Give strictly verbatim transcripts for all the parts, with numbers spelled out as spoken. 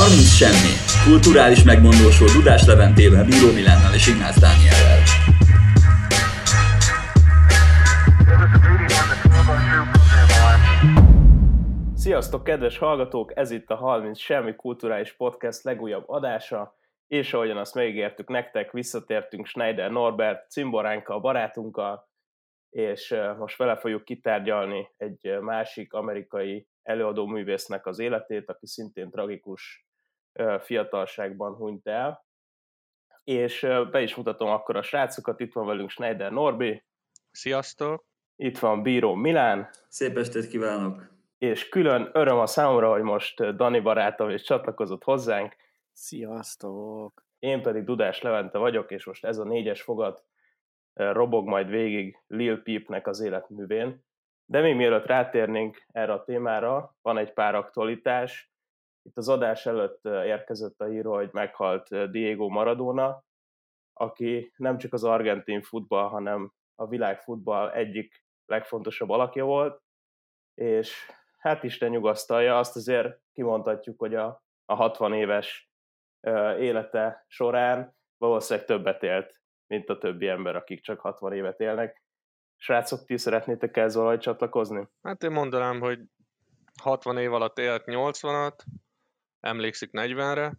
harminc semmi. Kulturális megmondósról Dudás Leventével, Bíró Milánnal és Ignác Dániellel. Sziasztok, kedves hallgatók! Ez itt a harminc semmi kulturális podcast legújabb adása, és ahogyan azt megígértük nektek, visszatértünk Schneider Norbert cimboránkkal, barátunkkal, és most vele fogjuk kitárgyalni egy másik amerikai előadóművésznek az életét, aki szintén tragikus fiatalságban hunyt el. És be is mutatom akkor a srácokat, itt van velünk Schneider Norbi. Sziasztok! Itt van Bíró Milán. Szép estét kívánok! És külön öröm a számomra, hogy most Dani barátom is csatlakozott hozzánk. Sziasztok! Én pedig Dudás Levente vagyok, és most ez a négyes fogat robog majd végig Lil Peepnek az életművén. De még mielőtt rátérnénk erre a témára, van egy pár aktualitás. Itt az adás előtt érkezett a hír, hogy meghalt Diego Maradona, aki nem csak az argentin futball, hanem a világ futball egyik legfontosabb alakja volt, és hát Isten nyugasztalja, azt azért kimondhatjuk, hogy a, a hatvan éves uh, élete során valószínűleg többet élt, mint a többi ember, akik csak hatvan évet élnek. Srácok, ti szeretnétek ezzel valahogy csatlakozni? Hát én mondanám, hogy hatvan év alatt élt nyolcvanat, emlékszik negyvenre,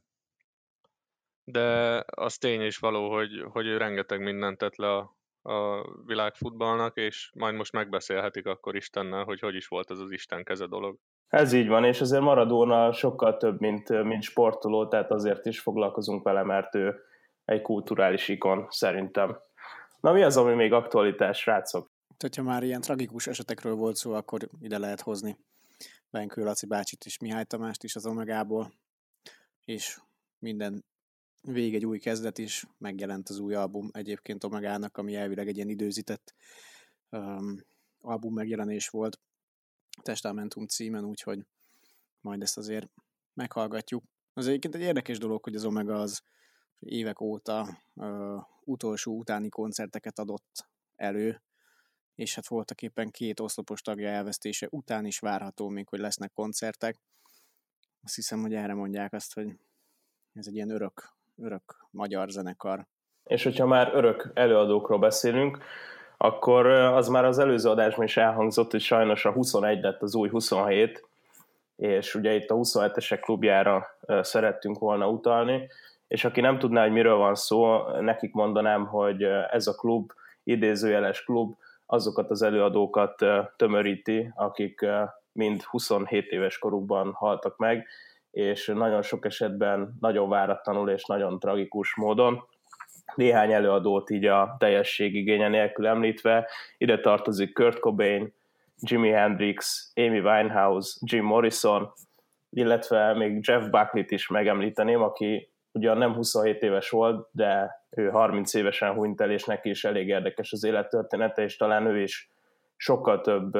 de az tény is való, hogy, hogy ő rengeteg mindent tett le a, a világfutballnak, és majd most megbeszélhetik akkor Istennel, hogy hogy is volt ez az Isten keze dolog. Ez így van, és azért Maradona sokkal több, mint, mint sportoló, tehát azért is foglalkozunk vele, mert ő egy kulturális ikon, szerintem. Na mi az, ami még aktualitás, srácok? Ha már ilyen tragikus esetekről volt szó, akkor ide lehet hozni Benkő Laci bácsit és Mihály Tamást is az Omegából, és minden vég egy új kezdet is, megjelent az új album egyébként Omegának, ami elvileg egy ilyen időzített um, album megjelenés volt, Testamentum címen, úgyhogy majd ezt azért meghallgatjuk. Az egyébként egy érdekes dolog, hogy az Omega az évek óta uh, utolsó utáni koncerteket adott elő, és hát voltak éppen két oszlopos tagja elvesztése után is várható még, hogy lesznek koncertek. Azt hiszem, hogy erre mondják azt, hogy ez egy ilyen örök, örök magyar zenekar. És hogyha már örök előadókról beszélünk, akkor az már az előző adásban is elhangzott, hogy sajnos a huszonegy lett az új huszonhét, és ugye itt a huszonhetesek klubjára szerettünk volna utalni, és aki nem tudná, hogy miről van szó, nekik mondanám, hogy ez a klub, idézőjeles klub, azokat az előadókat tömöríti, akik mind huszonhét éves korukban haltak meg, és nagyon sok esetben nagyon váratlanul és nagyon tragikus módon. Néhány előadót így a teljesség igénye nélkül említve, ide tartozik Kurt Cobain, Jimi Hendrix, Amy Winehouse, Jim Morrison, illetve még Jeff Buckley-t is megemlíteném, aki ugyan nem huszonhét éves volt, de ő harminc évesen hunyt el, és neki is elég érdekes az élettörténete, és talán ő is sokkal több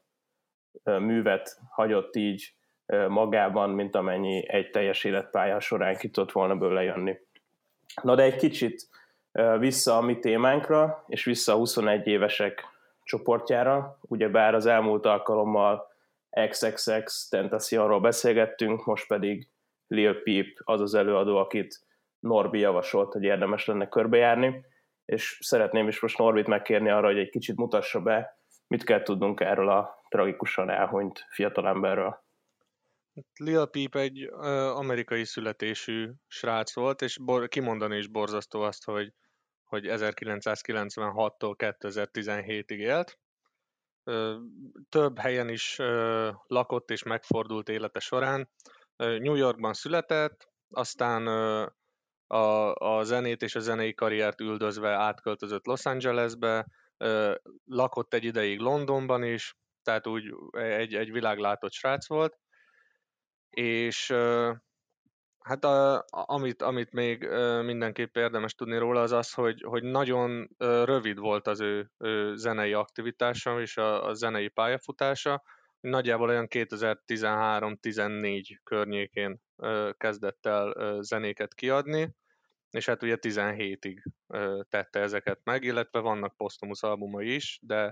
művet hagyott így magában, mint amennyi egy teljes életpálya során ki tudott volna bőle jönni. Na de egy kicsit vissza a mi témánkra, és vissza a huszonegy évesek csoportjára, ugyebár az elmúlt alkalommal iksz iksz iksz Tentacionról beszélgettünk, most pedig Lil Peep az az előadó, akit Norbi javasolt, hogy érdemes lenne körbejárni, és szeretném is most Norbit megkérni arra, hogy egy kicsit mutassa be, mit kell tudnunk erről a tragikusan elhunyt fiatalemberről. Lil Peep egy uh, amerikai születésű srác volt, és bor- kimondani is borzasztó azt, hogy, hogy ezerkilencszázkilencvenhattól kétezer-tizenhétig élt. Uh, több helyen is uh, lakott és megfordult élete során. Uh, New Yorkban született, aztán uh, a, a zenét és a zenei karriert üldözve átköltözött Los Angelesbe, uh, lakott egy ideig Londonban is, tehát úgy egy, egy világlátott srác volt. És hát a, amit, amit még mindenképp érdemes tudni róla, az az, hogy, hogy nagyon rövid volt az ő, ő zenei aktivitása és a, a zenei pályafutása. Nagyjából olyan kétezer-tizenhárom-tizennégy környékén kezdett el zenéket kiadni, és hát ugye tizenhétig tette ezeket meg, illetve vannak posztumusz albumai is, de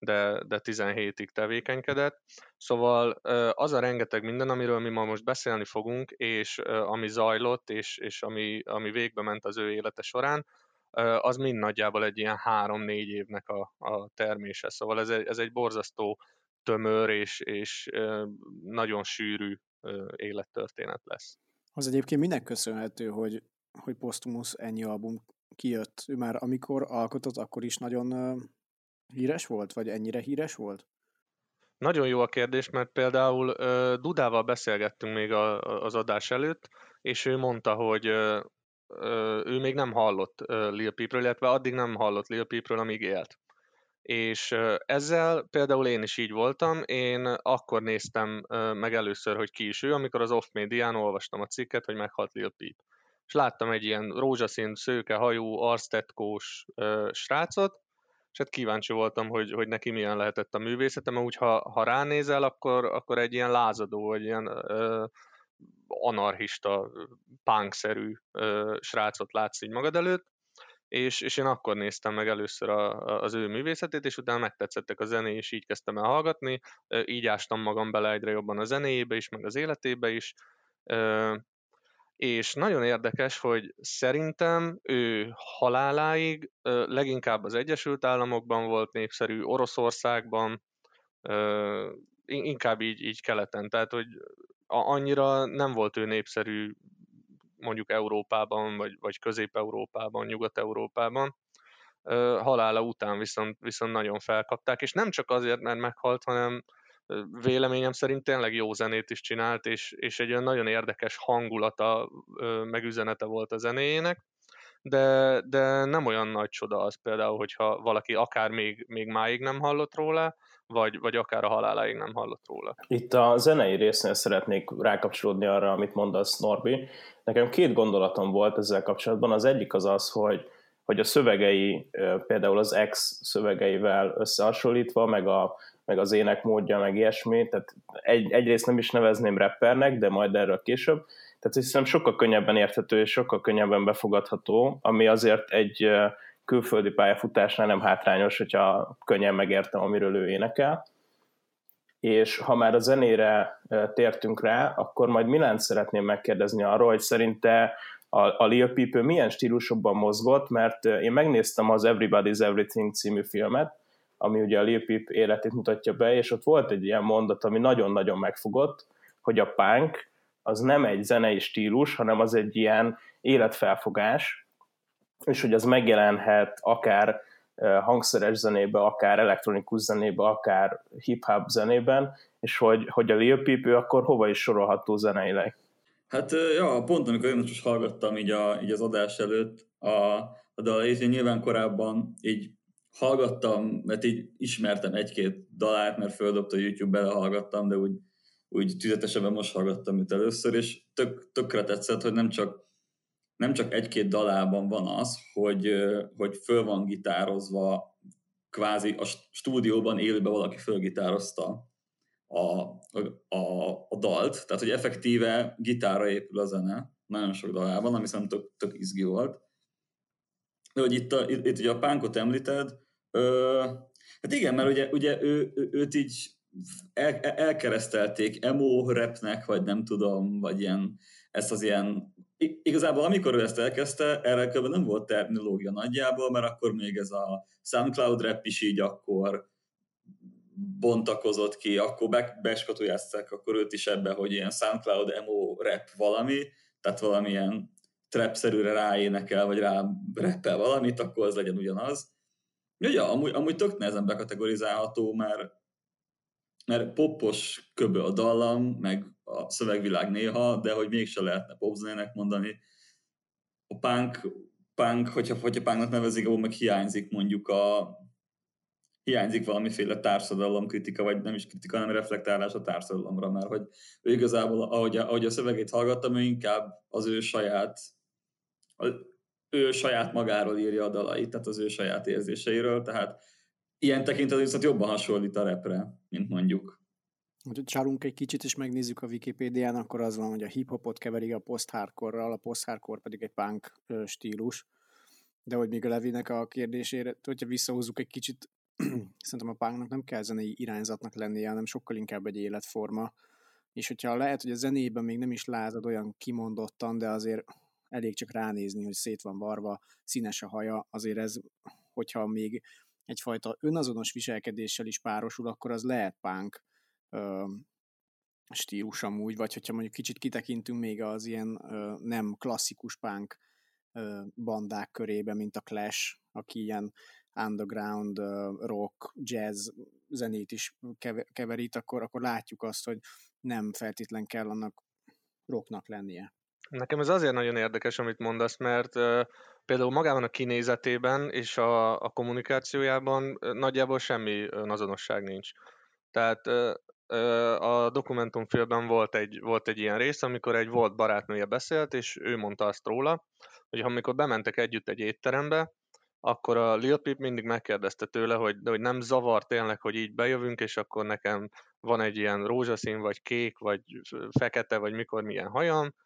de, de tizenhétig tevékenykedett. Szóval az a rengeteg minden, amiről mi ma most beszélni fogunk, és ami zajlott, és, és ami, ami végbe ment az ő élete során, az mind nagyjából egy ilyen három-négy évnek a, a termése. Szóval ez egy, ez egy borzasztó tömör és, és nagyon sűrű élettörténet lesz. Az egyébként minek köszönhető, hogy, hogy Postumus ennyi album kijött? Ő már amikor alkotott, akkor is nagyon uh, híres volt? Vagy ennyire híres volt? Nagyon jó a kérdés, mert például uh, Dudával beszélgettünk még a, az adás előtt, és ő mondta, hogy uh, uh, ő még nem hallott uh, Lil Peepről, illetve addig nem hallott Lil Peepről, amíg élt. És uh, ezzel például én is így voltam, én akkor néztem uh, meg először, hogy ki is ő, amikor az Off Medián olvastam a cikket, hogy meghalt Lil Peep. És láttam egy ilyen rózsaszín, szőke hajú, arctetkós uh, srácot, és hát kíváncsi voltam, hogy, hogy neki milyen lehetett a művészete, mert úgy, ha, ha ránézel, akkor, akkor egy ilyen lázadó, vagy ilyen uh, anarchista, punk-szerű uh, srácot látsz így magad előtt, és, és én akkor néztem meg először a, a, az ő művészetét, és utána megtetszettek a zené, és így kezdtem el hallgatni, így ástam magam bele egyre jobban a zenéjébe is, meg az életébe is, és nagyon érdekes, hogy szerintem ő haláláig leginkább az Egyesült Államokban volt népszerű, Oroszországban, inkább így, így keleten, tehát hogy annyira nem volt ő népszerű mondjuk Európában, vagy, vagy Közép-Európában, Nyugat-Európában. Halála után viszont, viszont nagyon felkapták, és nem csak azért, mert meghalt, hanem véleményem szerint tényleg jó zenét is csinált, és, és egy olyan nagyon érdekes hangulata, meg üzenete volt a zenéjének, de, de nem olyan nagy csoda az például, hogyha valaki akár még, még máig nem hallott róla, vagy, vagy akár a haláláig nem hallott róla. Itt a zenei résznél szeretnék rákapcsolódni arra, amit mondasz, Norbi. Nekem két gondolatom volt ezzel kapcsolatban. Az egyik az az, hogy, hogy a szövegei, például az X szövegeivel összehasonlítva, meg, a, meg az énekmódja, meg ilyesmi, tehát egy, egyrészt nem is nevezném rappernek, de majd erről később. Tehát hiszem sokkal könnyebben érthető és sokkal könnyebben befogadható, ami azért egy külföldi pályafutásnál nem hátrányos, hogyha könnyen megértem, amiről ő énekel. És ha már a zenére tértünk rá, akkor majd Milánt szeretném megkérdezni arról, hogy szerinte a, a Lil Peep milyen stílusokban mozgott, mert én megnéztem az Everybody's Everything című filmet, ami ugye a Lil Peep életét mutatja be, és ott volt egy ilyen mondat, ami nagyon-nagyon megfogott, hogy a punk az nem egy zenei stílus, hanem az egy ilyen életfelfogás, és hogy az megjelenhet akár hangszeres zenébe, akár elektronikus zenébe, akár hip-hop zenében, és hogy, hogy a Lil Peep akkor hova is sorolható zeneileg? Hát ja, pont amikor én most hallgattam így, a, így az adás előtt a, a dalait, én nyilván korábban így hallgattam, mert így ismertem egy-két dalát, mert földobta a YouTube, belehallgattam, de úgy, úgy tüzetesebben most hallgattam őt először, és tök, tökre tetszett, hogy nem csak nem csak egy-két dalában van az, hogy, hogy föl van gitározva, kvázi a stúdióban élőben valaki fölgitározta a, a, a dalt, tehát hogy effektíve gitárra épül a zene, nagyon sok dalában, ami szerintem tök, tök izgi volt. De hogy itt, a, itt, itt ugye a punkot említed, ö, hát igen, mert ugye, ugye ő, ő, őt így el, elkeresztelték emo rapnek, vagy nem tudom, vagy ilyen, ezt az ilyen igazából amikor ő ezt elkezdte, erre kb. Nem volt terminológia nagyjából, mert akkor még ez a SoundCloud rap is így akkor bontakozott ki, akkor be, beskatujázták akkor őt is ebbe, hogy ilyen SoundCloud emo rap valami, tehát valamilyen trap-szerűre ráénekel, vagy rá rappel valamit, akkor az legyen ugyanaz. Ja, amúgy, amúgy tök nehezen bekategorizálható, mert, mert popos köbö a dallam, meg a szövegvilág néha, de hogy mégse lehetne popzenének mondani. A punk, punk hogyha, hogyha punknak nevezik, ahol meg hiányzik mondjuk a hiányzik valamiféle társadalomkritika, vagy nem is kritika, hanem reflektálás a társadalomra, mert hogy ő igazából, ahogy a, ahogy a szövegét hallgattam, ő inkább az ő saját a, ő saját magáról írja a dalait, tehát az ő saját érzéseiről, tehát ilyen tekintetben viszont jobban hasonlít a rapre, mint mondjuk. Ha csalunk egy kicsit és megnézzük a Wikipédián, akkor az van, hogy a hip-hopot keverik a post-hardcore-ral, a post-hardcore pedig egy punk stílus. De hogy még a Levinek a kérdésére, hogyha visszahúzzuk egy kicsit szerintem a punknak nem kell zenei irányzatnak lennie, hanem sokkal inkább egy életforma. És hogyha lehet, hogy a zenében még nem is lázad olyan kimondottan, de azért elég csak ránézni, hogy szét van varva, színes a haja, azért ez, hogyha még egyfajta önazonos viselkedéssel is párosul, akkor az lehet punk ö, stílus amúgy, vagy hogyha mondjuk kicsit kitekintünk még az ilyen ö, nem klasszikus punk ö, bandák körébe, mint a Clash, aki ilyen underground, ö, rock, jazz zenét is keverít, akkor, akkor látjuk azt, hogy nem feltétlen kell annak rocknak lennie. Nekem ez azért nagyon érdekes, amit mondasz, mert uh, például magában a kinézetében és a, a kommunikációjában uh, nagyjából semmi azonosság nincs. Tehát uh, uh, a dokumentumfilmben volt egy, volt egy ilyen rész, amikor egy volt barátnője beszélt, és ő mondta azt róla, hogy amikor bementek együtt egy étterembe, akkor a Lil Peep mindig megkérdezte tőle, hogy, de hogy nem zavar tényleg, hogy így bejövünk, és akkor nekem van egy ilyen rózsaszín, vagy kék, vagy fekete, vagy mikor milyen hajam,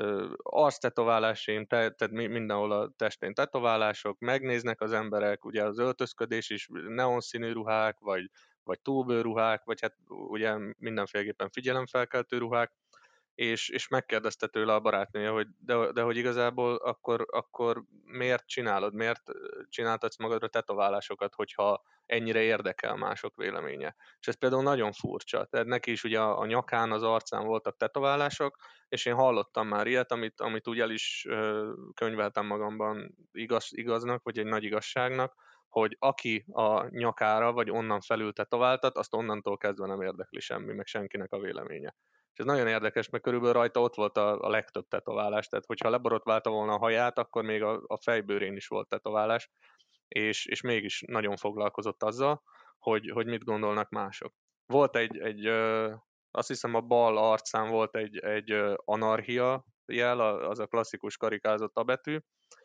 arctetoválásaim, tehát mindenhol a testén tetoválások, megnéznek az emberek, ugye az öltözködés is neonszínű ruhák, vagy, vagy túlbőrruhák, vagy hát ugye mindenféleképpen figyelemfelkeltő ruhák, és, és megkérdezte tőle a barátnője, hogy de, de hogy igazából akkor, akkor miért csinálod, miért csináltatsz magadra tetoválásokat, hogyha ennyire érdekel mások véleménye. És ez például nagyon furcsa. Tehát neki is ugye a, a nyakán, az arcán voltak tetoválások, és én hallottam már ilyet, amit, amit úgy el is ö, könyveltem magamban igaz, igaznak, vagy egy nagy igazságnak, hogy aki a nyakára, vagy onnan felül tetováltat, azt onnantól kezdve nem érdekli semmi, meg senkinek a véleménye. És ez nagyon érdekes, mert körülbelül rajta ott volt a, a legtöbb tetoválás, tehát hogyha leborotválta volna a haját, akkor még a, a fejbőrén is volt tetoválás, és, és mégis nagyon foglalkozott azzal, hogy, hogy mit gondolnak mások. Volt egy, egy ö, azt hiszem a bal arcán volt egy, egy ö, anarchia jel, az a klasszikus karikázott abetű,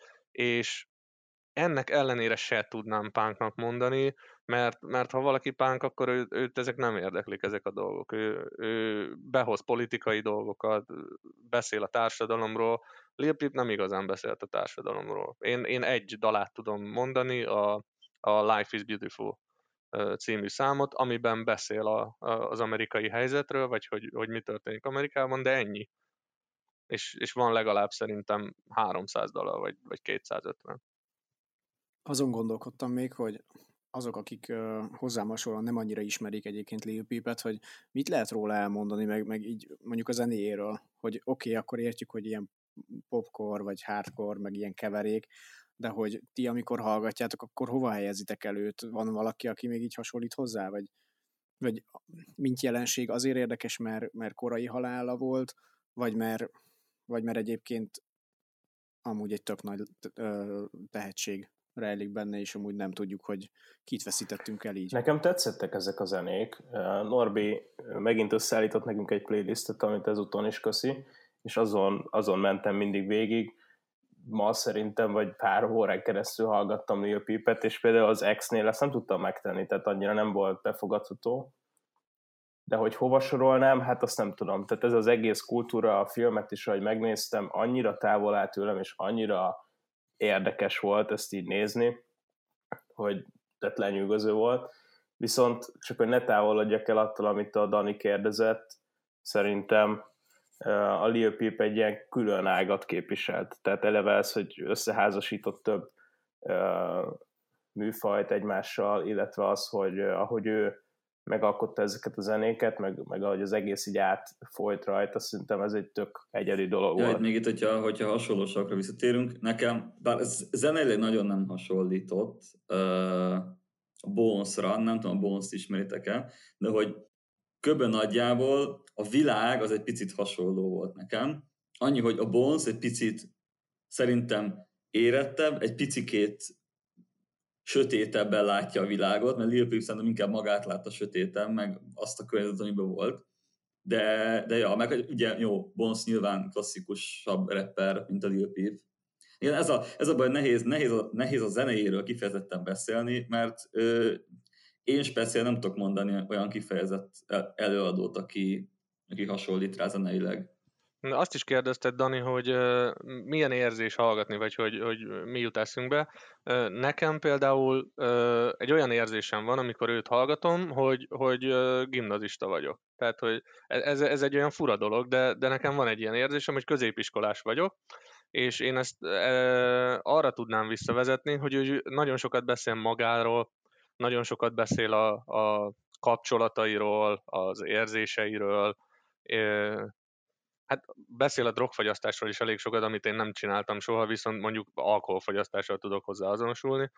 és ennek ellenére se tudnám punknak mondani, mert, mert ha valaki punk, akkor ő, őt ezek nem érdeklik, ezek a dolgok. Ő, ő behoz politikai dolgokat, beszél a társadalomról. Lil Peep nem igazán beszélt a társadalomról. Én, én egy dalát tudom mondani, a, a Life is Beautiful című számot, amiben beszél a, a, az amerikai helyzetről, vagy hogy, hogy mi történik Amerikában, de ennyi. És, és van legalább szerintem háromszáz dala, vagy, vagy kétszázötven. Azon gondolkodtam még, hogy azok, akik uh, hozzám hasonlóan nem annyira ismerik egyébként Lil Peepet, hogy mit lehet róla elmondani, meg, meg így mondjuk a zenéjéről, hogy oké, okay, akkor értjük, hogy ilyen popcore, vagy hardcore, meg ilyen keverék, de hogy ti, amikor hallgatjátok, akkor hova helyezitek el őt? Van valaki, aki még így hasonlít hozzá? Vagy, vagy mint jelenség azért érdekes, mert, mert korai halála volt, vagy mert, vagy mert egyébként amúgy egy tök nagy tehetség rejlik benne, és amúgy nem tudjuk, hogy kit veszítettünk el így. Nekem tetszettek ezek a zenék. Norbi megint összeállított nekünk egy playlistet, amit ezúton is köszi, és azon, azon mentem mindig végig. Ma szerintem, vagy pár órán keresztül hallgattam Lil Peepet, és például az X-nél ezt nem tudtam megtenni, tehát annyira nem volt befogadható. De hogy hova sorolnám, hát azt nem tudom. Tehát ez az egész kultúra, a filmet is, ahogy megnéztem, annyira távol áll tőlem, és annyira érdekes volt ezt így nézni, hogy tehát lenyűgöző volt. Viszont csak, hogy ne távolodjak el attól, amit a Dani kérdezett, szerintem a Lil Peep egy ilyen külön ágat képviselt. Tehát eleve ez, hogy összeházasított több műfajt egymással, illetve az, hogy ahogy ő megalkotta ezeket a zenéket, meg, meg ahogy az egész így átfolyt rajta, szerintem ez egy tök egyedi dolog ja, volt. Itt még itt, hogyha, hogyha hasonlósakra visszatérünk, nekem, bár ez zeneileg nagyon nem hasonlított uh, a Bones-ra, nem tudom, a Bones-t ismeritek-e, de hogy kb. Nagyjából a világ az egy picit hasonló volt nekem. Annyi, hogy a Bones egy picit szerintem érettebb, egy picikét sötétebben látja a világot, mert Lil Peep szerintem inkább magát látta sötéten, meg azt a környezetet, amiben volt. De, de ja, meg ugye jó, Bones nyilván klasszikusabb rapper, mint a Lil Peep. Igen, ez a, ez a baj, nehéz, nehéz, a, nehéz a zenéjéről kifejezetten beszélni, mert ö, én speciál nem tudok mondani olyan kifejezett előadót, aki, aki hasonlít rá zeneileg. Azt is kérdezted, Dani, hogy uh, milyen érzés hallgatni, vagy hogy, hogy mi jut eszünkbe. Uh, nekem például uh, egy olyan érzésem van, amikor őt hallgatom, hogy, hogy uh, gimnazista vagyok. Tehát, hogy ez, ez egy olyan fura dolog, de, de nekem van egy ilyen érzésem, hogy középiskolás vagyok, és én ezt uh, arra tudnám visszavezetni, hogy ő nagyon sokat beszél magáról, nagyon sokat beszél a, a kapcsolatairól, az érzéseiről, uh, hát beszél a drogfogyasztásról is elég sokat, amit én nem csináltam soha, viszont mondjuk alkoholfogyasztással tudok hozzá azonosulni.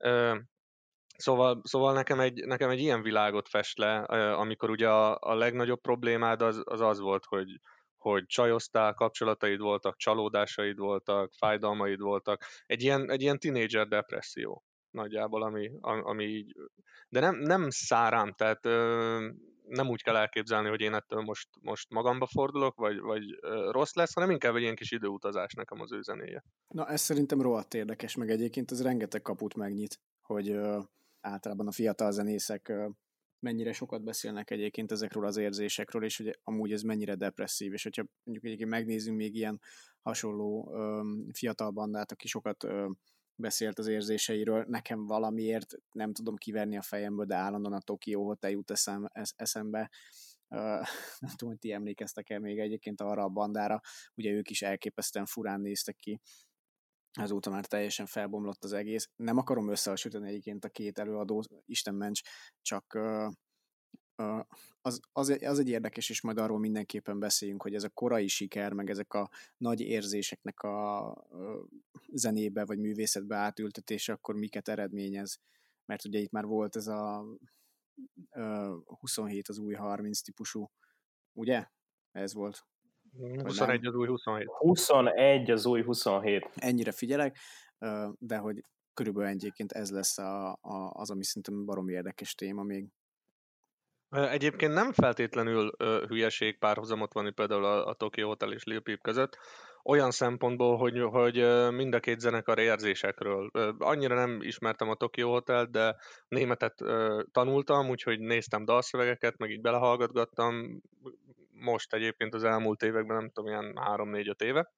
Szóval, szóval nekem, egy, nekem egy ilyen világot fest le, amikor ugye a, a legnagyobb problémád az az, az volt, hogy, hogy csajoztál, kapcsolataid voltak, csalódásaid voltak, fájdalmaid voltak. Egy ilyen, egy ilyen tínédzser depresszió nagyjából, ami, ami így... De nem, nem szárám, tehát nem úgy kell elképzelni, hogy én ettől most, most magamba fordulok, vagy, vagy rossz lesz, hanem inkább egy ilyen kis időutazás nekem az ő zenéje. Na, ez szerintem rohadt érdekes, meg egyébként ez rengeteg kaput megnyit, hogy ö, általában a fiatal zenészek ö, mennyire sokat beszélnek egyébként ezekről az érzésekről, és hogy amúgy ez mennyire depresszív, és hogyha mondjuk egyébként megnézzünk még ilyen hasonló ö, fiatal bandát, aki sokat ö, beszélt az érzéseiről, nekem valamiért nem tudom kiverni a fejemből, de állandóan a Tokyo Hotel jut eszem, eszembe. Uh, nem tudom, hogy ti emlékeztek-e még egyébként arra a bandára, ugye ők is elképesztően furán néztek ki, azóta már teljesen felbomlott az egész. Nem akarom összehasonlítani egyébként a két előadó, Isten ments, csak uh, uh, az, az, az egy érdekes, és majd arról mindenképpen beszéljünk, hogy ez a korai siker, meg ezek a nagy érzéseknek a uh, zenébe vagy művészetbe átültetése, akkor miket eredményez. Mert ugye itt már volt ez a uh, huszonhét az új harminc típusú, ugye? Ez volt. huszonegy az új huszonhét. huszonegy az új huszonhét. Ennyire figyelek, de hogy körülbelül egyébként ez lesz a, a, az, ami szerintem baromi érdekes téma még. Egyébként nem feltétlenül uh, hülyeség párhuzamot van például a, a Tokyo Hotel és Lil Peep között, olyan szempontból, hogy, hogy mind a két zenekar érzésekről. Annyira nem ismertem a Tokyo Hotelt, de németet uh, tanultam, úgyhogy néztem dalszövegeket, meg így belehallgatgattam, most egyébként az elmúlt években, nem tudom, ilyen három-négy-öt éve.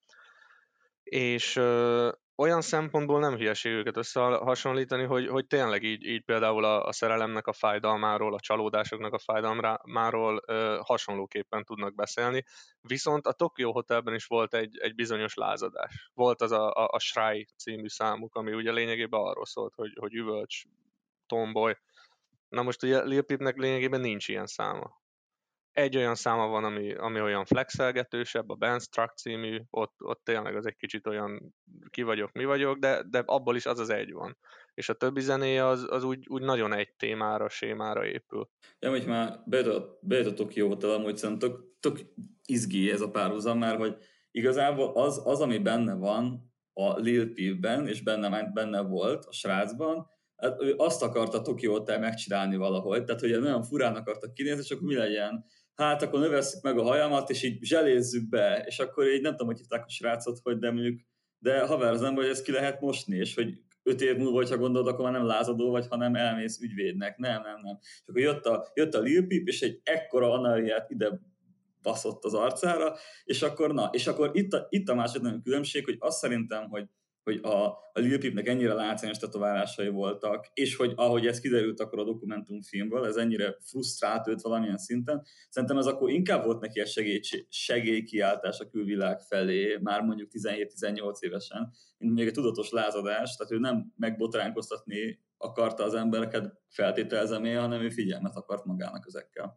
És uh, olyan szempontból nem hülyeség őket összehasonlítani, hogy, hogy tényleg így, így például a, a szerelemnek a fájdalmáról, a csalódásoknak a fájdalmáról uh, hasonlóképpen tudnak beszélni. Viszont a Tokyo Hotelben is volt egy, egy bizonyos lázadás. Volt az a, a, a Shrine című számuk, ami ugye lényegében arról szólt, hogy, hogy üvölcs, tomboy. Na most ugye Lil Peepnek lényegében nincs ilyen száma. Egy olyan száma van, ami, ami olyan flexelgetősebb, a Bandstruck című, ott, ott tényleg az egy kicsit olyan ki vagyok, mi vagyok, de, de abból is az az egy van. És a többi zenéje az, az úgy, úgy nagyon egy témára, sémára épül. Ja, hogy már bejött a Tokyo Hotel, amúgy szerintem tök, tök izgi ez a párhuzam, mert hogy igazából az, az, ami benne van a Lil Peepben, és benne, benne volt a srácban, hát ő azt akarta a Tokyo Hotel megcsinálni valahogy, tehát hogy nagyon furán akartak kinézni, és akkor mi legyen? Hát akkor növesszük meg a hajamat, és így zselézzük be, és akkor így nem tudom, hogy hívták a srácot, hogy de mondjuk, de haver az ember, hogy ezt ki lehet mosni, és hogy öt év múlva, hogyha gondolod, akkor már nem lázadó vagy, hanem elmész ügyvédnek. Nem, nem, nem. És akkor jött a, jött a Lil Peep, és egy ekkora analiát ide baszott az arcára, és akkor na, és akkor itt a, itt a második különbség, hogy azt szerintem, hogy hogy a, a Lil Peepnek ennyire látványos tetoválásai voltak, és hogy ahogy ez kiderült akkor a dokumentumfilmből, ez ennyire frusztrált őt valamilyen szinten, szerintem ez akkor inkább volt neki a segély, segélykiáltás a külvilág felé, már mondjuk tizenhét-tizennyolc évesen, mint még egy tudatos lázadás, tehát ő nem megbotránkoztatni akarta az embereket feltételezem én, hanem ő figyelmet akart magának ezekkel.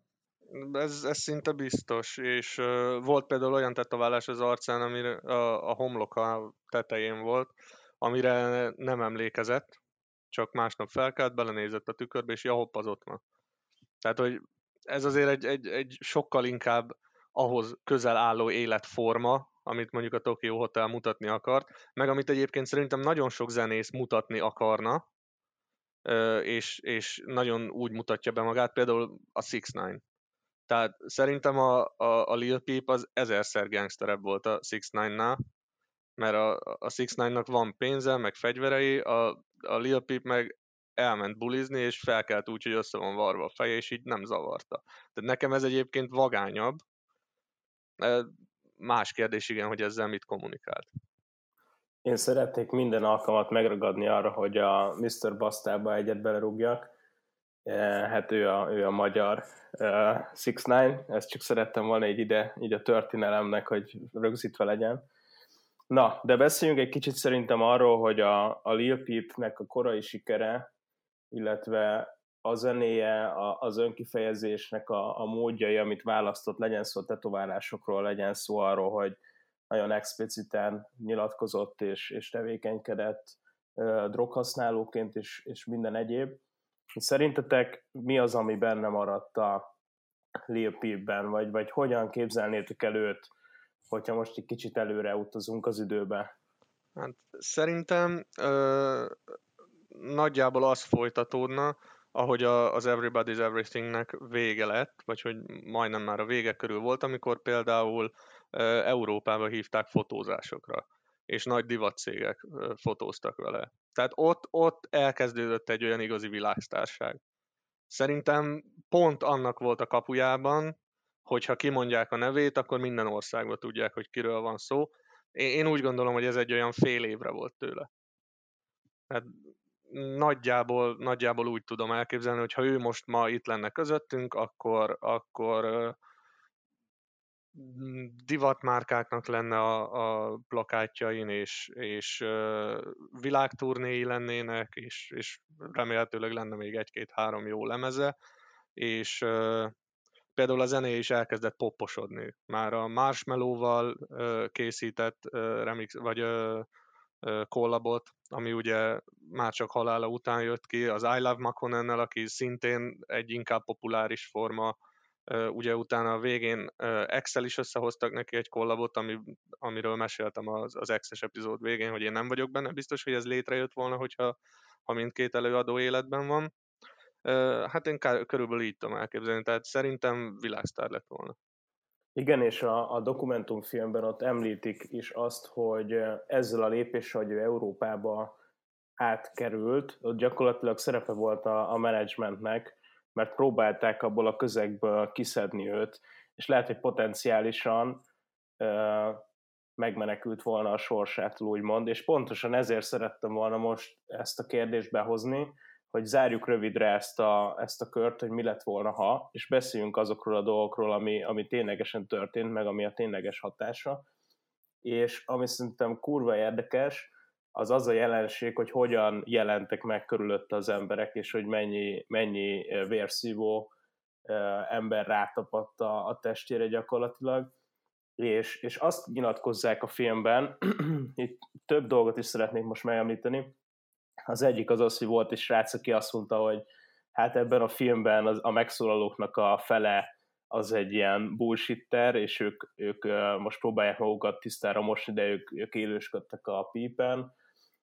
Ez, ez szinte biztos, és uh, volt például olyan tetoválás az arcán, amire a, a homloka tetején volt, amire nem emlékezett, csak másnap felkelt, belenézett a tükörbe, és ja, hopp, az ott van. Tehát, hogy ez azért egy, egy, egy sokkal inkább ahhoz közel álló életforma, amit mondjuk a Tokyo Hotel mutatni akart, meg amit egyébként szerintem nagyon sok zenész mutatni akarna, és, és nagyon úgy mutatja be magát, például a six nine. Tehát szerintem a, a, a Lil Peep az ezerszer gangsterebb volt a six nine-nál, mert a, a six nine-nak van pénze, meg fegyverei, a, a Lil Peep meg elment bulizni, és felkelt úgy, hogy össze van varva a feje, és így nem zavarta. Tehát nekem ez egyébként vagányabb. más kérdés igen, hogy ezzel mit kommunikált. Én szeretnék minden alkalmat megragadni arra, hogy a miszter Bastába egyet belerúgjak. Hát ő a, ő a magyar uh, six nine, ezt csak szerettem volna így ide, így a történelemnek, hogy rögzítve legyen. Na, de beszéljünk egy kicsit szerintem arról, hogy a, a Lil Peepnek a korai sikere, illetve a zenéje, a, az önkifejezésnek a, a módjai, amit választott, legyen szó tetoválásokról, legyen szó arról, hogy nagyon expliciten nyilatkozott és, és tevékenykedett uh, droghasználóként és, és minden egyéb. Szerintetek mi az, ami benne maradt a Lil Peepben, vagy, vagy hogyan képzelnétek el őt, hogyha most egy kicsit előre utazunk az időbe? Hát, szerintem ö, nagyjából az folytatódna, ahogy a, az Everybody's Everythingnek vége lett, vagy hogy majdnem már a vége körül volt, amikor például ö, Európába hívták fotózásokra, és nagy divatcégek ö, fotóztak vele. Tehát ott, ott elkezdődött egy olyan igazi világsztárság. Szerintem pont annak volt a kapujában, hogyha kimondják a nevét, akkor minden országban tudják, hogy kiről van szó. Én úgy gondolom, hogy ez egy olyan fél évre volt tőle. Hát nagyjából, nagyjából úgy tudom elképzelni, hogy ha ő most ma itt lenne közöttünk, akkor, akkor divatmárkáknak lenne a, a plakátjain, és, és uh, világturnéi lennének, és, és remélhetőleg lenne még egy-két-három jó lemeze, és uh, például a zenéje is elkezdett popposodni. Már a Marshmello-val uh, készített uh, remix, vagy uh, uh, collabot, ami ugye már csak halála után jött ki, az I Love McConnell-nel, aki szintén egy inkább populáris forma. Uh, ugye utána a végén uh, Excel is összehoztak neki egy kollabot, ami, amiről meséltem az, az X-es epizód végén, hogy én nem vagyok benne biztos, hogy ez létrejött volna, hogyha ha mindkét előadó életben van. Uh, hát én k- körülbelül így tudom elképzelni, tehát szerintem világsztár lett volna. Igen, és a, a dokumentumfilmben ott említik is azt, hogy ezzel a lépéssel, hogy ő Európába átkerült, ott gyakorlatilag szerepe volt a, a menedzsmentnek, mert próbálták abból a közegből kiszedni őt, és lehet, hogy potenciálisan ö, megmenekült volna a sorsától, úgymond, és pontosan ezért szerettem volna most ezt a kérdést behozni, hogy zárjuk rövidre ezt a, ezt a kört, hogy mi lett volna, ha, és beszéljünk azokról a dolgokról, ami, ami ténylegesen történt, meg ami a tényleges hatása. És ami szerintem kurva érdekes, az az a jelenség, hogy hogyan jelentek meg körülötte az emberek, és hogy mennyi, mennyi vérszívó ember rátapadt a, a testére gyakorlatilag. És, és azt nyilatkozzák a filmben, itt több dolgot is szeretnék most megemlíteni. Az egyik az az, hogy volt egy srác, aki azt mondta, hogy hát ebben a filmben az, a megszólalóknak a fele az egy ilyen bullshitter, és ők, ők most próbálják magukat tisztára mosni, de ők, ők élősködtek a Peepen.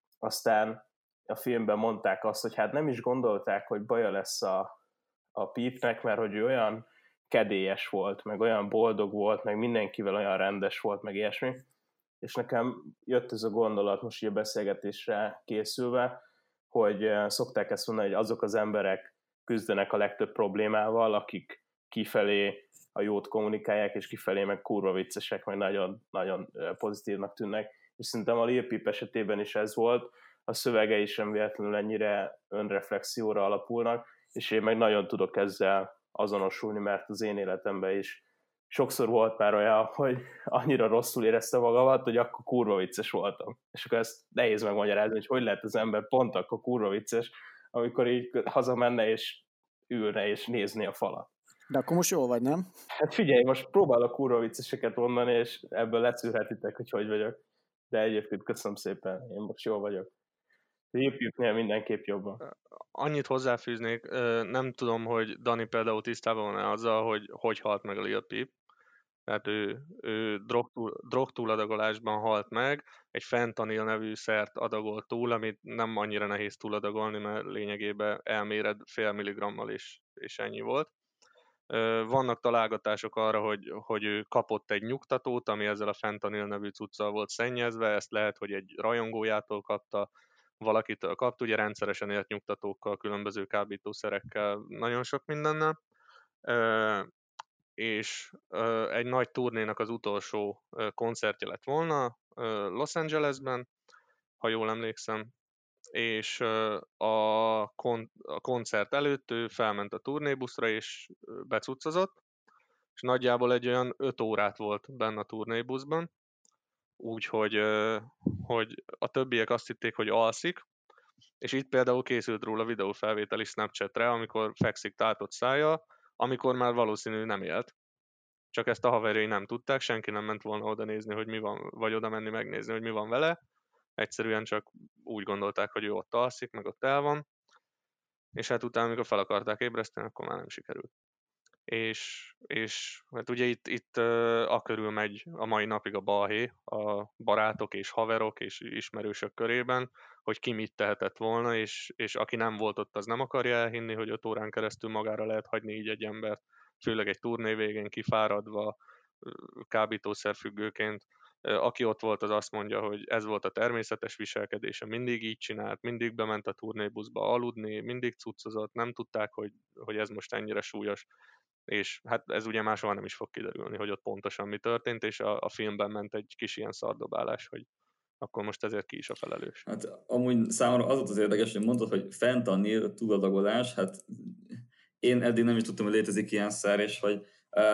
Aztán a filmben mondták azt, hogy hát nem is gondolták, hogy baja lesz a, a Peepnek, mert hogy ő olyan kedélyes volt, meg olyan boldog volt, meg mindenkivel olyan rendes volt, meg ilyesmi. És nekem jött ez a gondolat most így a beszélgetésre készülve, hogy szokták ezt mondani, hogy azok az emberek küzdenek a legtöbb problémával, akik kifelé a jót kommunikálják, és kifelé meg kurva viccesek, meg nagyon, nagyon pozitívnak tűnnek. És szerintem a Lil Peep esetében is ez volt, a szövegei sem véletlenül ennyire önreflexióra alapulnak, és én meg nagyon tudok ezzel azonosulni, mert az én életemben is sokszor volt már olyan, hogy annyira rosszul éreztem magamat, hogy akkor kurva vicces voltam. És akkor ezt nehéz megmagyarázni, hogy hogy lehet az ember pont akkor kurva vicces, amikor így hazamenne és ülne és nézni a falat. De akkor most jól vagy, nem? Hát figyelj, most próbálok kurva vicceseket mondani, és ebből leszűrhetitek, hogy hogy vagyok. De egyébként köszönöm szépen, én most jól vagyok. Lil Peepnél mindenképp jobban. Annyit hozzáfűznék, nem tudom, hogy Dani például tisztában van-e azzal, hogy hogy halt meg a Lil Peep. Tehát ő, ő drogtúl, drogtúladagolásban halt meg, egy fentanil nevű szert adagolt túl, amit nem annyira nehéz túladagolni, mert lényegében elméred fél milligrammal és, és ennyi volt. Vannak találgatások arra, hogy, hogy ő kapott egy nyugtatót, ami ezzel a fentanil nevű cuccal volt szennyezve, ezt lehet, hogy egy rajongójától kapta, valakitől kapta, ugye rendszeresen élt nyugtatókkal, különböző kábítószerekkel, nagyon sok mindennel. és ö, egy nagy turnénak az utolsó ö, koncertje lett volna ö, Los Angelesben, ha jól emlékszem, és ö, a, kon- a koncert előtt ő felment a turnébuszra, és ö, becuccozott, és nagyjából egy olyan öt órát volt benne a turnébuszban, úgyhogy ö, hogy a többiek azt hitték, hogy alszik, és itt például készült róla videófelvétel is Snapchatre, amikor fekszik tátott szájjal, amikor már valószínű nem élt. Csak ezt a haverjai nem tudták, senki nem ment volna oda nézni, hogy mi van, vagy oda menni megnézni, hogy mi van vele. Egyszerűen csak úgy gondolták, hogy ő ott alszik, meg ott el van. És hát utána, amikor fel akarták ébreszteni, akkor már nem sikerült. És, és hát ugye itt, itt uh, akörül megy a mai napig a balhé a barátok és haverok és ismerősök körében, hogy ki mit tehetett volna, és, és aki nem volt ott, az nem akarja elhinni, hogy öt órán keresztül magára lehet hagyni így egy embert, főleg egy turné végén kifáradva, kábítószerfüggőként. Aki ott volt, az azt mondja, hogy ez volt a természetes viselkedése, mindig így csinált, mindig bement a turnébuszba aludni, mindig cuccozott, nem tudták, hogy, hogy ez most ennyire súlyos, és hát ez ugye már soha nem is fog kiderülni, hogy ott pontosan mi történt, és a, a filmben ment egy kis ilyen szardobálás, hogy akkor most ezért ki is a felelős. Hát amúgy számomra az volt az érdekes, hogy mondtad, hogy fentanyl túladagolás, hát én eddig nem is tudtam, hogy létezik ilyen szer, és hogy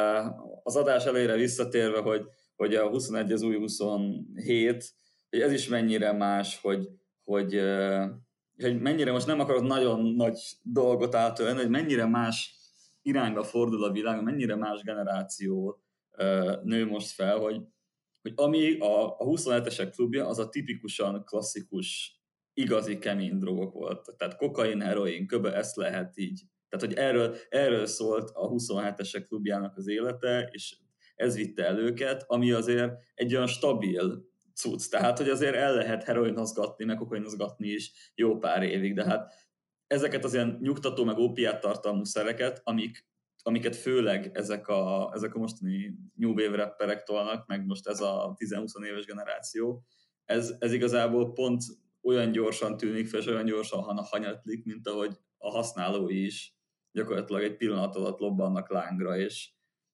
az adás elejére visszatérve, hogy, hogy a huszonegy az új huszonhét, hogy ez is mennyire más, hogy, hogy, hogy mennyire most nem akarod nagyon nagy dolgot átölni, hogy mennyire más irányba fordul a világ, mennyire más generáció nő most fel, hogy, hogy ami a, a huszonhetesek klubja, az a tipikusan klasszikus, igazi kemény drogok volt. Tehát kokain, heroin, köbe, ezt lehet így. Tehát, hogy erről, erről szólt a huszonhetesek klubjának az élete, és ez vitte el őket, ami azért egy olyan stabil cucc. Tehát, hogy azért el lehet heroinozgatni, meg kokainozgatni is jó pár évig, de hát ezeket az ilyen nyugtató, meg ópiát tartalmú szereket, amik amiket főleg ezek a, ezek a mostani new wave rapperek tolnak, meg most ez a tíz-húsz éves generáció, ez, ez igazából pont olyan gyorsan tűnik fel, és olyan gyorsan hanyatlik, mint ahogy a használói is gyakorlatilag egy pillanat alatt lobbannak lángra, és,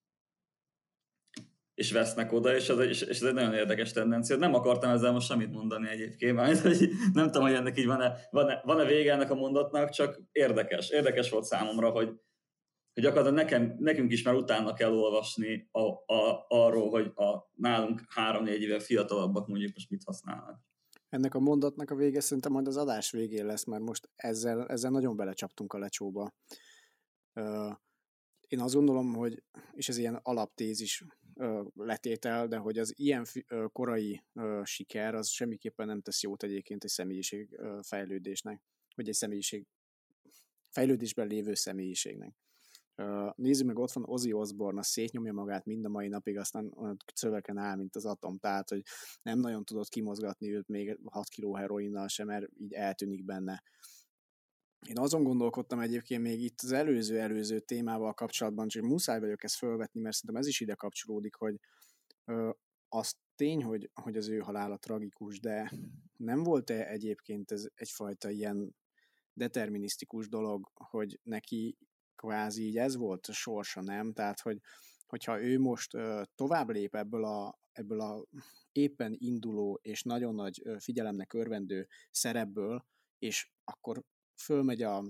és vesznek oda, és ez, és, és ez egy nagyon érdekes tendencia. Nem akartam ezzel most semmit mondani egyébként, mert hogy nem tudom, hogy ennek így van-e, van-e, van-e vége ennek a mondatnak, csak érdekes. Érdekes volt számomra, hogy hogy gyakorlatilag nekem, nekünk is már utána kell olvasni a, a, arról, hogy a nálunk három-négy éve fiatalabbak mondjuk most mit használnak. Ennek a mondatnak a vége szerintem majd az adás végén lesz, mert most ezzel, ezzel nagyon belecsaptunk a lecsóba. Én azt gondolom, hogy, és ez ilyen alaptézis letétel, de hogy az ilyen korai siker, az semmiképpen nem tesz jót egyébként egy személyiség fejlődésnek, vagy egy személyiség fejlődésben lévő személyiségnek. Uh, nézzük meg, ott van Ozzy Osbourne, az szétnyomja magát mind a mai napig, aztán olyan szövegen áll, mint az atom, tehát, hogy nem nagyon tudod kimozgatni őt még hat kiló heroinnal sem, mert így eltűnik benne. Én azon gondolkodtam egyébként még itt az előző-előző témával kapcsolatban, csak muszáj vagyok ezt felvetni, mert szerintem ez is ide kapcsolódik, hogy uh, az tény, hogy, hogy az ő halála tragikus, de nem volt-e egyébként ez egyfajta ilyen determinisztikus dolog, hogy neki kvázi így ez volt a sorsa, nem? Tehát, hogy, hogyha ő most uh, tovább lép ebből a, ebből a éppen induló és nagyon nagy uh, figyelemnek örvendő szerepből, és akkor fölmegy a,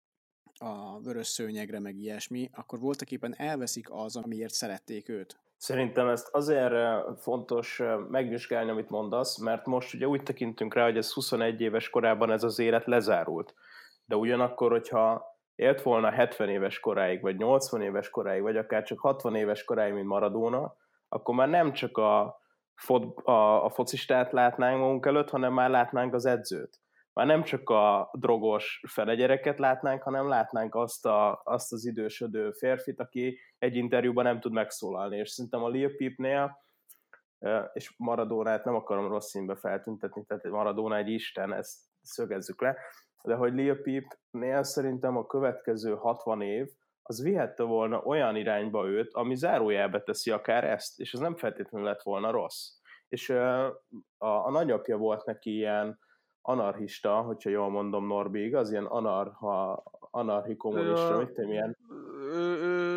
a vörös szőnyegre, meg ilyesmi, akkor voltaképpen elveszik az, amiért szerették őt. Szerintem ezt azért fontos megvizsgálni, amit mondasz, mert most ugye úgy tekintünk rá, hogy ez huszonegy éves korában ez az élet lezárult. De ugyanakkor, hogyha élt volna hetven éves koráig, vagy nyolcvan éves koráig, vagy akár csak hatvan éves koráig, mint Maradona, akkor már nem csak a, fot, a, a focistát látnánk magunk előtt, hanem már látnánk az edzőt. Már nem csak a drogos felegyereket látnánk, hanem látnánk azt, a, azt az idősödő férfit, aki egy interjúban nem tud megszólalni. És szerintem a Lil Peepnél, és Maradonát nem akarom rossz színbe feltüntetni, tehát Maradona egy isten, ezt szögezzük le, de hogy Lil Peepnél szerintem a következő hatvan év az vihette volna olyan irányba őt, ami zárójelbe teszi akár ezt, és ez nem feltétlenül lett volna rossz. És a, a nagyapja volt neki ilyen anarchista, hogyha jól mondom, Norbi, igaz? Ilyen anarha, anarchi kommunista, mit tudom, ilyen... Ő, ő a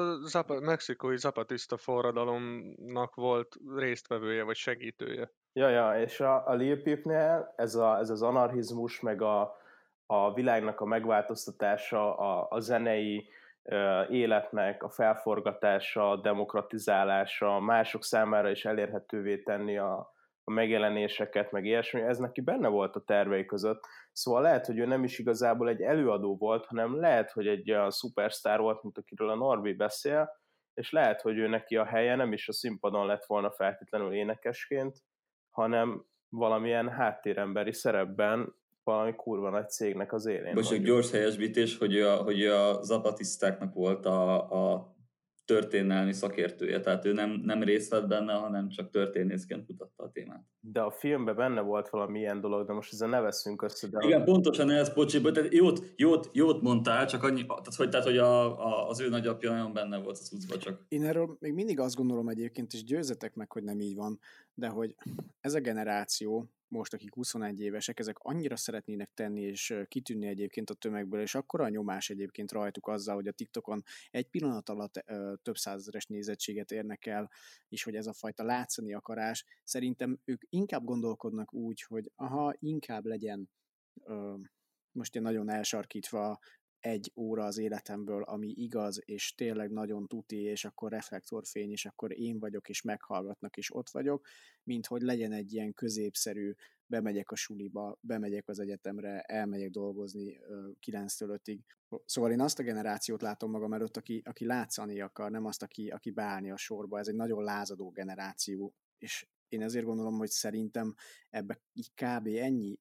a Zapa, mexikói zapatista forradalomnak volt résztvevője, vagy segítője. Ja, ja, és a, a Lil Peepnél ez, a, ez az anarchizmus, meg a, a világnak a megváltoztatása, a, a zenei uh, életnek a felforgatása, a demokratizálása, mások számára is elérhetővé tenni a, a megjelenéseket, meg ilyesmi, ez neki benne volt a tervei között. Szóval lehet, hogy ő nem is igazából egy előadó volt, hanem lehet, hogy egy olyan szupersztár volt, mint akiről a Norbi beszél, és lehet, hogy ő neki a helye nem is a színpadon lett volna feltétlenül énekesként, hanem valamilyen háttéremberi szerepben valami kurva nagy cégnek az élén. Most egy gyors helyesbítés, hogy a, hogy a zapatistáknak volt a, a történelmi szakértője, tehát ő nem, nem részt vett benne, hanem csak történészként mutatta a témát. De a filmben benne volt valami ilyen dolog, de most ezzel ne veszünk össze. De igen, pontosan ez, bocsi, tehát jót, jót, jót mondtál, csak annyi, tehát hogy, tehát, hogy a, a, az ő nagyapja nagyon benne volt a cuccba csak. Én erről még mindig azt gondolom egyébként, és győzzetek meg, hogy nem így van, de hogy ez a generáció, most akik huszonegy évesek, ezek annyira szeretnének tenni és kitűnni egyébként a tömegből, és akkora a nyomás egyébként rajtuk azzal, hogy a TikTokon egy pillanat alatt ö, több százezeres nézettséget érnek el, és hogy ez a fajta látszani akarás, szerintem ők inkább gondolkodnak úgy, hogy aha, inkább legyen ö, most én nagyon elsarkítva egy óra az életemből, ami igaz, és tényleg nagyon tuti, és akkor reflektorfény, és akkor én vagyok, és meghallgatnak, és ott vagyok, mint hogy legyen egy ilyen középszerű, bemegyek a suliba, bemegyek az egyetemre, elmegyek dolgozni kilenctől ötig. Szóval én azt a generációt látom magam előtt, aki, aki látszani akar, nem azt, aki, aki beállni a sorba. Ez egy nagyon lázadó generáció, és én ezért gondolom, hogy szerintem ebbe így kb. Ennyi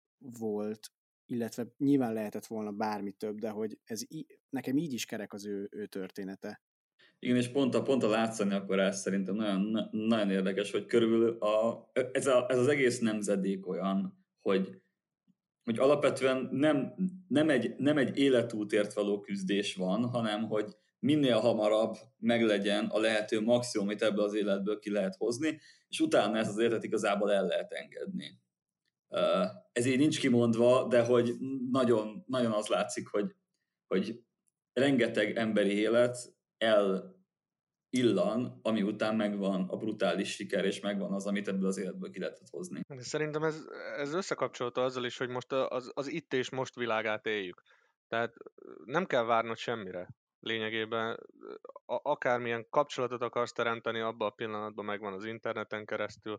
volt, illetve nyilván lehetett volna bármi több, de hogy ez í- nekem így is kerek az ő, ő története. Igen, és pont a, pont a látszani akarás szerintem nagyon, nagyon érdekes, hogy körülbelül a, ez, a, ez az egész nemzedék olyan, hogy, hogy alapvetően nem, nem, egy, nem egy életútért való küzdés van, hanem hogy minél hamarabb meglegyen a lehető maximum, amit ebből az életből ki lehet hozni, és utána ezt az életet igazából el lehet engedni. Ez így nincs kimondva, de hogy nagyon, nagyon az látszik, hogy, hogy rengeteg emberi élet elillan, ami után megvan a brutális siker, és megvan az, amit ebből az életből ki lehetett hozni. Szerintem ez, ez összekapcsolta azzal is, hogy most az, az itt és most világát éljük. Tehát nem kell várnod semmire. Lényegében akármilyen kapcsolatot akarsz teremteni, abban a pillanatban megvan az interneten keresztül,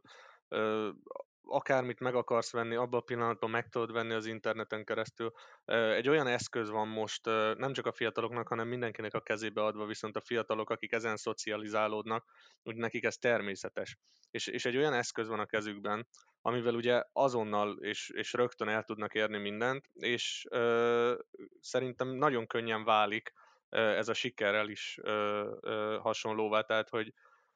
akármit meg akarsz venni, abban a pillanatban meg tudod venni az interneten keresztül. Egy olyan eszköz van most nem csak a fiataloknak, hanem mindenkinek a kezébe adva, viszont a fiatalok, akik ezen szocializálódnak, úgy nekik ez természetes. És, és egy olyan eszköz van a kezükben, amivel ugye azonnal és, és rögtön el tudnak érni mindent, és ö, szerintem nagyon könnyen válik ö, ez a sikerrel is ö, ö, hasonlóvá, tehát hogy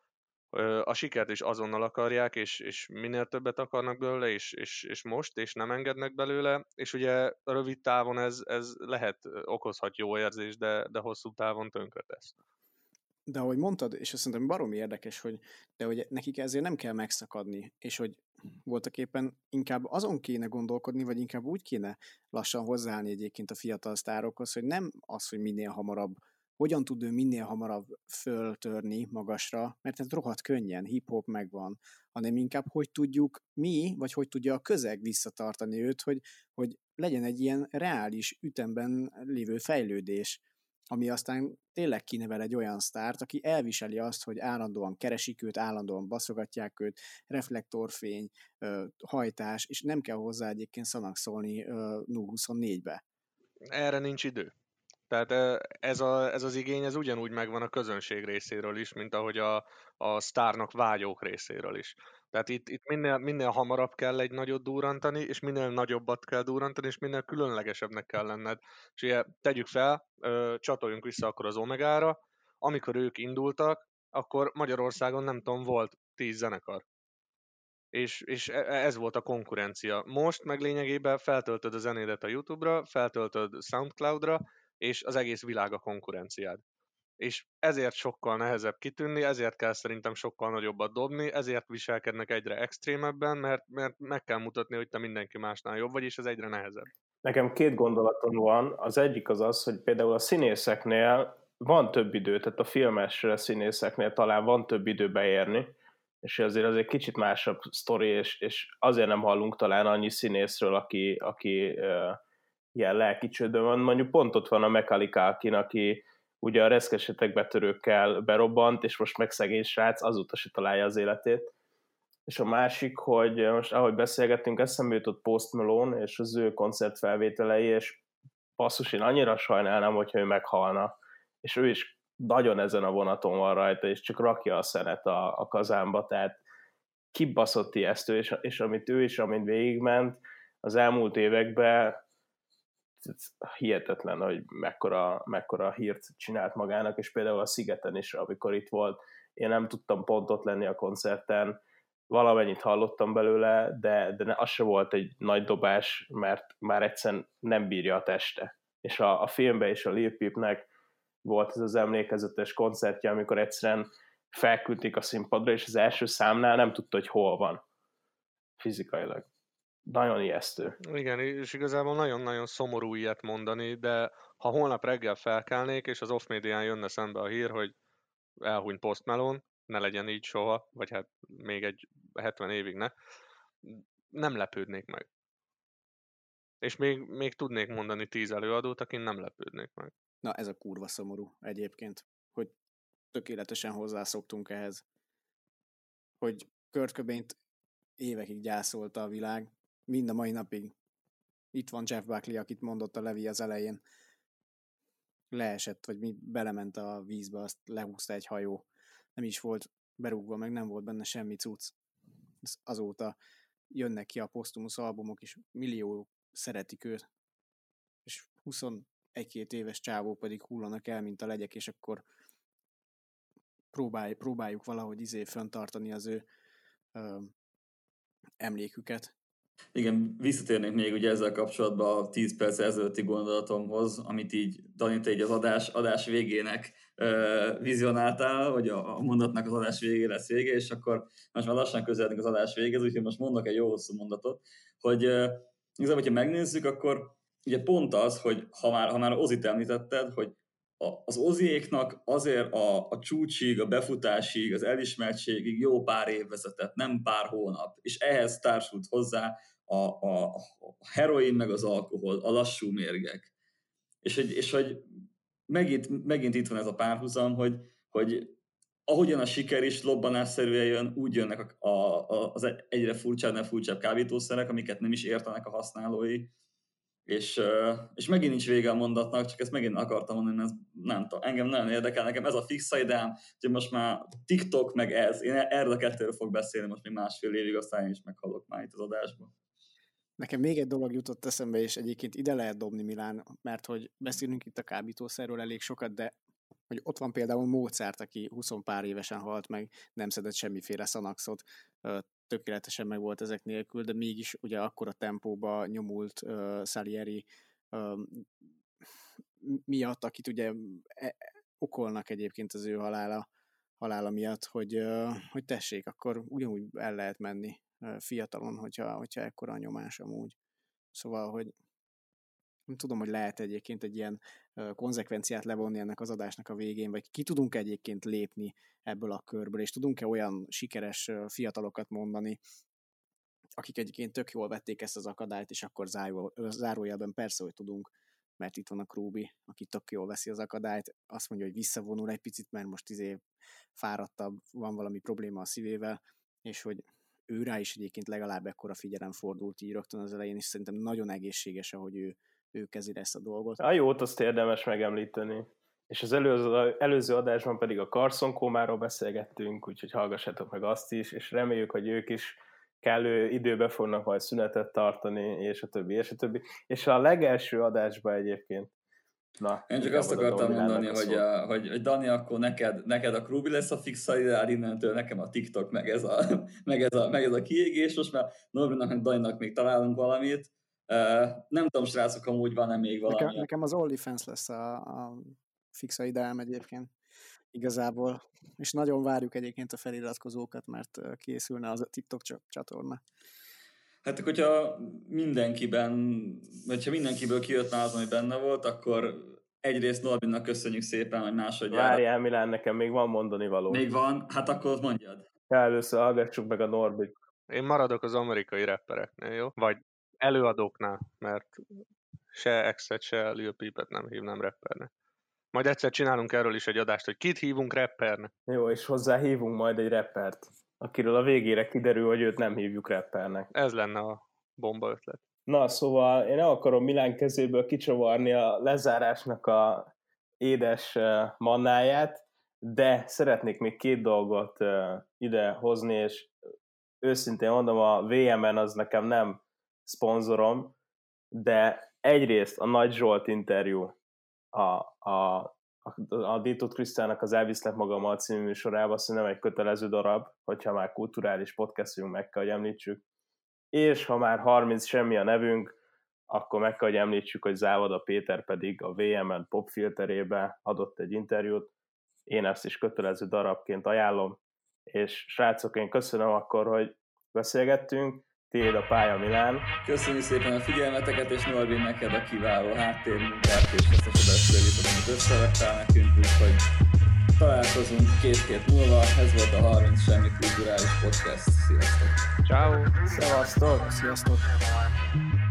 a sikert is azonnal akarják, és, és minél többet akarnak belőle, és, és, és most, és nem engednek belőle, és ugye rövid távon ez, ez lehet, okozhat jó érzés, de, de hosszú távon tönkretesz. De ahogy mondtad, és azt szerintem baromi érdekes, hogy, de hogy nekik ezért nem kell megszakadni, és hogy voltak éppen inkább azon kéne gondolkodni, vagy inkább úgy kéne lassan hozzáállni egyébként a fiatal sztárokhoz, hogy nem az, hogy minél hamarabb hogyan tud ő minél hamarabb föltörni magasra, mert ez rohadt könnyen, hip-hop megvan, hanem inkább hogy tudjuk mi, vagy hogy tudja a közeg visszatartani őt, hogy, hogy legyen egy ilyen reális ütemben lévő fejlődés, ami aztán tényleg kinevel egy olyan sztárt, aki elviseli azt, hogy állandóan keresik őt, állandóan baszogatják őt, reflektorfény, hajtás, és nem kell hozzá egyébként szanakszolni nulla huszonnégybe. Erre nincs idő. Tehát ez, a, ez az igény, ez ugyanúgy megvan a közönség részéről is, mint ahogy a, a sztárnak vágyók részéről is. Tehát itt, itt minél, minél hamarabb kell egy nagyot durrantani, és minél nagyobbat kell durrantani, és minél különlegesebbnek kell lenned. És ugye tegyük fel, csatoljunk vissza akkor az Omegára, amikor ők indultak, akkor Magyarországon nem tudom, volt tíz zenekar. És, és ez volt a konkurencia. Most meg lényegében feltöltöd a zenédet a YouTube-ra, feltöltöd SoundCloud-ra, és az egész világ a konkurenciád. És ezért sokkal nehezebb kitűnni, ezért kell szerintem sokkal nagyobbat dobni, ezért viselkednek egyre extrémebben, mert, mert meg kell mutatni, hogy te mindenki másnál jobb vagy, és ez egyre nehezebb. Nekem két gondolatom van. Az egyik az az, hogy például a színészeknél van több idő, tehát a filmes színészeknél talán van több idő beérni, és azért az egy kicsit másabb sztori, és, és azért nem hallunk talán annyi színészről, aki, aki uh, ilyen lelki csődön van. Mondjuk pont ott van a Macaulay Culkin, aki ugye a Reszkesetek betörőkkel berobbant, és most meg szegény srác, azóta se találja az életét. És a másik, hogy most ahogy beszélgettünk, eszembe jutott Post Malone, és az ő koncertfelvételei, és basszus, én annyira sajnálnám, hogyha ő meghalna. És ő is nagyon ezen a vonaton van rajta, és csak rakja a szenet a, a kazánba, tehát kibaszott ijesztő, és, és amit ő is, amint végigment az elmúlt években, hihetetlen, hogy mekkora, mekkora hírt csinált magának, és például a Szigeten is, amikor itt volt, én nem tudtam pont ott lenni a koncerten, valamennyit hallottam belőle, de, de az se volt egy nagy dobás, mert már egyszerűen nem bírja a teste. És a, a filmben is a Lil Peepnek volt ez az emlékezetes koncertje, amikor egyszerűen felküldték a színpadra, és az első számnál nem tudta, hogy hol van fizikailag. Nagyon ijesztő. Igen, és igazából nagyon-nagyon szomorú ilyet mondani, de ha holnap reggel felkelnék, és az Off Médián jönne szembe a hír, hogy elhunyt Post Malone, ne legyen így soha, vagy hát még egy hetven évig ne, nem lepődnék meg. És még, még tudnék mondani tíz előadót, akin nem lepődnék meg. Na, ez a kurva szomorú egyébként, hogy tökéletesen hozzászoktunk ehhez, hogy Kurt Cobaint évekig gyászolta a világ, mind a mai napig. Itt van Jeff Buckley, akit mondott a Levi az elején. Leesett, vagy mi belement a vízbe, azt lehúzta egy hajó. Nem is volt berúgva, meg nem volt benne semmi cucc. Azóta jönnek ki a posztumusz albumok, és millió szeretik őt. És huszonegy-két éves csávó pedig hullanak el, mint a legyek, és akkor próbálj, próbáljuk valahogy izé fenntartani az ő ö, emléküket. Igen, visszatérnék még ugye ezzel kapcsolatban a tíz perc ezelőtti gondolatomhoz, amit így Dani, te így az adás, adás végének uh, vizionáltál, hogy a, a mondatnak az adás végé lesz vége, és akkor most már lassan közeledünk az adás végéhez, úgyhogy most mondok egy jó hosszú mondatot, hogy uh, igazából, hogyha megnézzük, akkor ugye pont az, hogy ha már, ha már Ozit említetted, hogy a, az Oziéknak azért a, a csúcsig, a befutásig, az elismertségig jó pár év vezetett, nem pár hónap, és ehhez társult hozzá a, a, a heroin meg az alkohol, a lassú mérgek. És hogy, és hogy megint, megint itt van ez a párhuzam, hogy, hogy ahogyan a siker is lobbanásszerűen jön, úgy jönnek a, a, az egyre furcsább, nem furcsább kábítószerek, amiket nem is értenek a használói, és, és megint nincs vége a mondatnak, csak ezt megint akartam mondani, mert ez nem tudom, engem nagyon érdekel, nekem ez a fix ideám, hogy most már TikTok meg ez, én erről a kettőről fog beszélni most még másfél évig, aztán én is meghalok már itt az adásban. Nekem még egy dolog jutott eszembe, és egyébként ide lehet dobni, Milán, mert hogy beszélünk itt a kábítószerről elég sokat, de hogy ott van például Mozart, aki húsz pár évesen halt meg, nem szedett semmiféle szanaxot, tökéletesen meg volt ezek nélkül, de mégis ugye akkora tempóba nyomult uh, Salieri uh, miatt, akit ugye e- okolnak egyébként az ő halála, halála miatt, hogy, uh, hogy tessék, akkor ugyanúgy el lehet menni uh, fiatalon, hogyha, hogyha ekkora a nyomás amúgy. Szóval, hogy nem tudom, hogy lehet egyébként egy ilyen uh, konzekvenciát levonni ennek az adásnak a végén, vagy ki tudunk egyébként lépni ebből a körből, és tudunk-e olyan sikeres uh, fiatalokat mondani, akik egyébként tök jól vették ezt az akadályt, és akkor záró, zárójelben persze, hogy tudunk, mert itt van a Krúbi, aki tök jól veszi az akadályt, azt mondja, hogy visszavonul egy picit, mert most izé fáradtabb, van valami probléma a szívével, és hogy ő rá is egyébként legalább ekkora figyelem fordult így rögtön az elején, és szerintem nagyon egészséges, ahogy ő, ő kezi ezt a dolgot. A jót azt érdemes megemlíteni. És az előző, előző adásban pedig a Carson kómáról beszélgettünk, úgyhogy hallgassátok meg azt is, és reméljük, hogy ők is kellő időbe fognak majd szünetet tartani, és a többi, és a többi. És a legelső adásban egyébként. Na, én csak azt akartam mondani, hogy, a, hogy, hogy Dani, akkor neked, neked a Krúbi lesz a fix ideál, innentől nekem a TikTok, meg ez a, meg ez a, meg ez a kiégés, most már Norbrinak, meg Daninak még találunk valamit. Uh, nem tudom, srácok, amúgy van-e még valami. Nekem, nekem az OnlyFans lesz a, a fixa ideám egyébként. Igazából. És nagyon várjuk egyébként a feliratkozókat, mert készülne az a TikTok csatorna. Hát hogyha mindenkiben, vagy ha mindenkiből kijött az, ami benne volt, akkor egyrészt Norbinnak köszönjük szépen, hogy másodjára. Várjál, Milán, nekem még van mondani való. Még van? Hát akkor mondjad. Ja, először hallgassuk meg a Norbit. Én maradok az amerikai rappereknél, jó? Vagy előadóknál, mert se X-et, se Lil Peepet nem hívnám rappernek. Majd egyszer csinálunk erről is egy adást, hogy kit hívunk rappernek. Jó, és hozzá hívunk majd egy rappert, akiről a végére kiderül, hogy őt nem hívjuk rappernek. Ez lenne a bomba ötlet. Na, szóval én nem akarom Milán kezéből kicsavarni a lezárásnak a édes mannáját, de szeretnék még két dolgot ide hozni, és őszintén mondom, a vé em-en az nekem nem szponzorom, de egyrészt a Nagy Zsolt interjú a, a, a, a Dított Krisztának az Elviszlek magammal című műsorában, szerintem egy kötelező darab, hogyha már kulturális podcastünk, meg kell, hogy említsük. És ha már harminc semmi a nevünk, akkor meg kell, hogy említsük, hogy Závada Péter pedig a vé em-en popfilterébe adott egy interjút. Én ezt is kötelező darabként ajánlom, és srácok, én köszönöm akkor, hogy beszélgettünk. Tiéd a pálya, Milán. Köszönjük szépen a figyelmeteket, és Norbi, neked a kiváló háttérmunkát, és ezt a sebesülőt, amit összevettál nekünk, úgyhogy találkozunk két hét múlva. Ez volt a harminc semmi kulturális podcast. Sziasztok! Ciao. Szevasztok! Sziasztok!